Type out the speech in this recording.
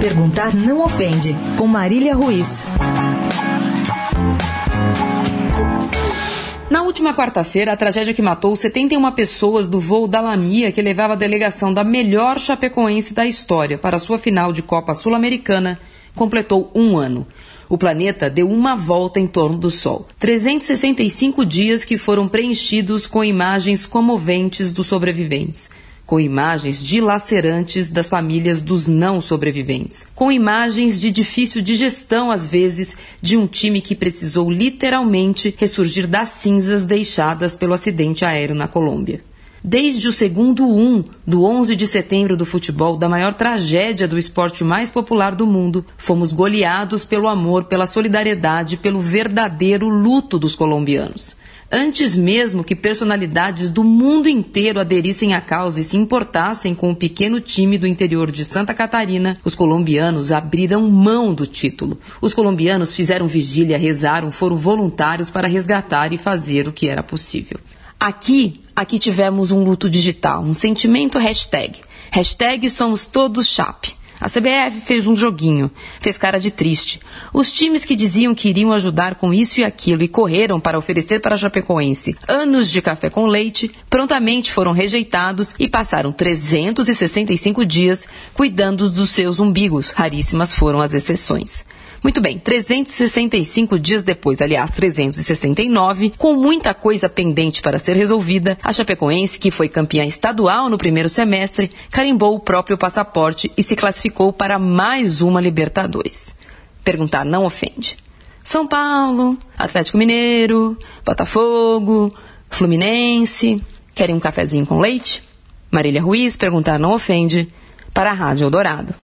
Perguntar não ofende, com Marília Ruiz. Na última quarta-feira, a tragédia que matou 71 pessoas do voo da Lamia, que levava a delegação da melhor chapecoense da história para a sua final de Copa Sul-Americana, completou 1 ano. O planeta deu uma volta em torno do Sol. 365 dias que foram preenchidos com imagens comoventes dos sobreviventes, com imagens dilacerantes das famílias dos não sobreviventes, com imagens de difícil digestão, às vezes, de um time que precisou literalmente ressurgir das cinzas deixadas pelo acidente aéreo na Colômbia. Desde o segundo do 11 de setembro do futebol, da maior tragédia do esporte mais popular do mundo, fomos goleados pelo amor, pela solidariedade, pelo verdadeiro luto dos colombianos. Antes mesmo que personalidades do mundo inteiro aderissem à causa e se importassem com o pequeno time do interior de Santa Catarina, os colombianos abriram mão do título. Os colombianos fizeram vigília, rezaram, foram voluntários para resgatar e fazer o que era possível. Aqui tivemos um luto digital, um sentimento hashtag. Hashtag somos todos Chape. A CBF fez um joguinho, fez cara de triste. Os times que diziam que iriam ajudar com isso e aquilo e correram para oferecer para a Chapecoense anos de café com leite, prontamente foram rejeitados e passaram 365 dias cuidando dos seus umbigos. Raríssimas foram as exceções. Muito bem, 365 dias depois, aliás, 369, com muita coisa pendente para ser resolvida, a Chapecoense, que foi campeã estadual no primeiro semestre, carimbou o próprio passaporte e se classificou para mais uma Libertadores. Perguntar não ofende. São Paulo, Atlético Mineiro, Botafogo, Fluminense, querem um cafezinho com leite? Marília Ruiz, perguntar não ofende, para a Rádio Eldorado.